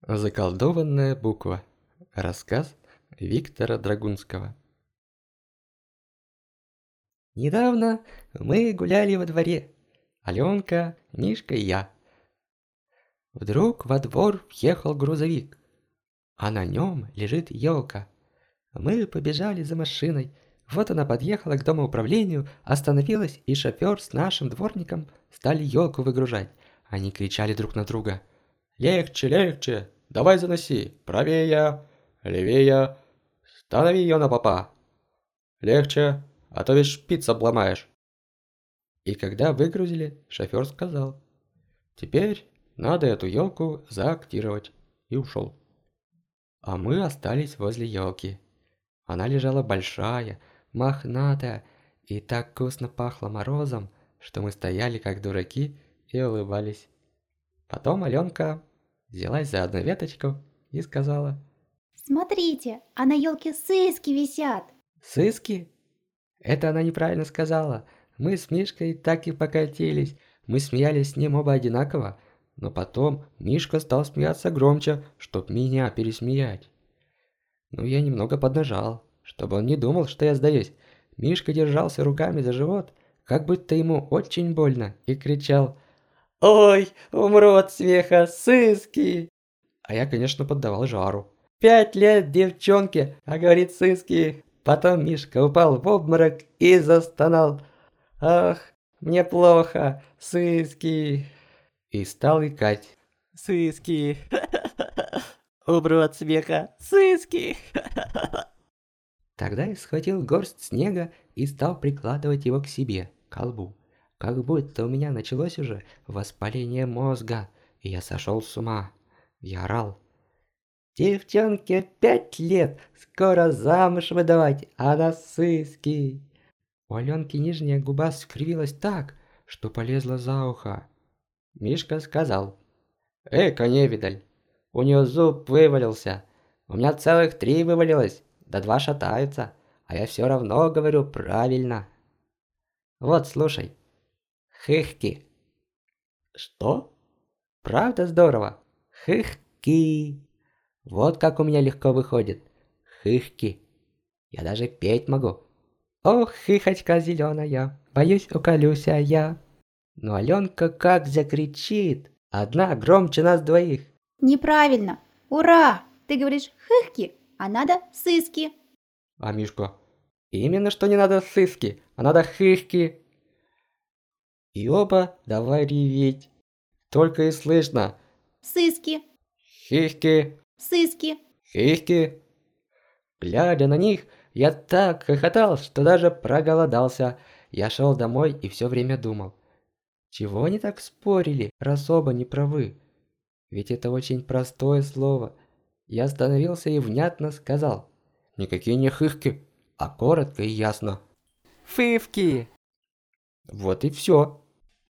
Заколдованная буква. Рассказ Виктора Драгунского. Недавно мы гуляли во дворе. Аленка, Мишка и я. Вдруг во двор въехал грузовик, а на нем лежит елка. Мы побежали за машиной. Вот она подъехала к домоуправлению, остановилась, и шофер с нашим дворником стали елку выгружать. Они кричали друг на друга: «Легче, легче! Давай заноси! Правее! Левее! Станови ее на попа! Легче, а то весь шпиц обломаешь!» И когда выгрузили, шофер сказал: «Теперь надо эту елку заактировать», и ушел. А мы остались возле елки. Она лежала большая, мохнатая, и так вкусно пахло морозом, что мы стояли как дураки и улыбались. Потом Аленка взялась за одну веточку и сказала: Смотрите, а на елке сыски висят. «Сыски?» Это она неправильно сказала. Мы с Мишкой так и покатились. Мы смеялись с ним оба одинаково, но потом Мишка стал смеяться громче, чтоб меня пересмеять. Но я немного поднажал, чтобы он не думал, что я сдаюсь. Мишка держался руками за живот, как будто ему очень больно, и кричал: «Ой, умру от смеха, сыски!» А я, конечно, поддавал жару. 5 лет девчонке, а говорит сыски. Потом Мишка упал в обморок и застонал: «Ах, мне плохо, сыски!» И стал икать: «Сыски! Умру от смеха, сыски!» Тогда я схватил горсть снега и стал прикладывать его к себе, к колбу. Как будто у меня началось уже воспаление мозга, и я сошел с ума. Я орал: «Девчонке 5 лет, скоро замуж выдавать, а на сыски!» У Аленки нижняя губа скривилась так, что полезла за ухо. Мишка сказал: «Эка невидаль, у нее зуб вывалился, у меня целых 3 вывалилось, да 2 шатаются, а я все равно говорю правильно. Вот слушай, хыхки». «Что?» «Правда здорово? Хыхки. Вот как у меня легко выходит. Хыхки. Я даже петь могу. Ох, хыхочка зеленая, боюсь, уколюся я». Но Аленка как закричит, одна громче нас двоих. Неправильно. Ура! Ты говоришь хыхки, а надо сыски. А Мишка: «Именно что не надо сыски, а надо хыхки». И оба давай реветь. Только и слышно: Сыски, хихки, сыски. хихки. Глядя на них, я так хохотал, что даже проголодался. Я шел домой и все время думал: чего они так спорили, раз оба не правы? Ведь это очень простое слово. Я остановился и внятно сказал: никакие не хыхки, а коротко и ясно: фывки. Вот и все.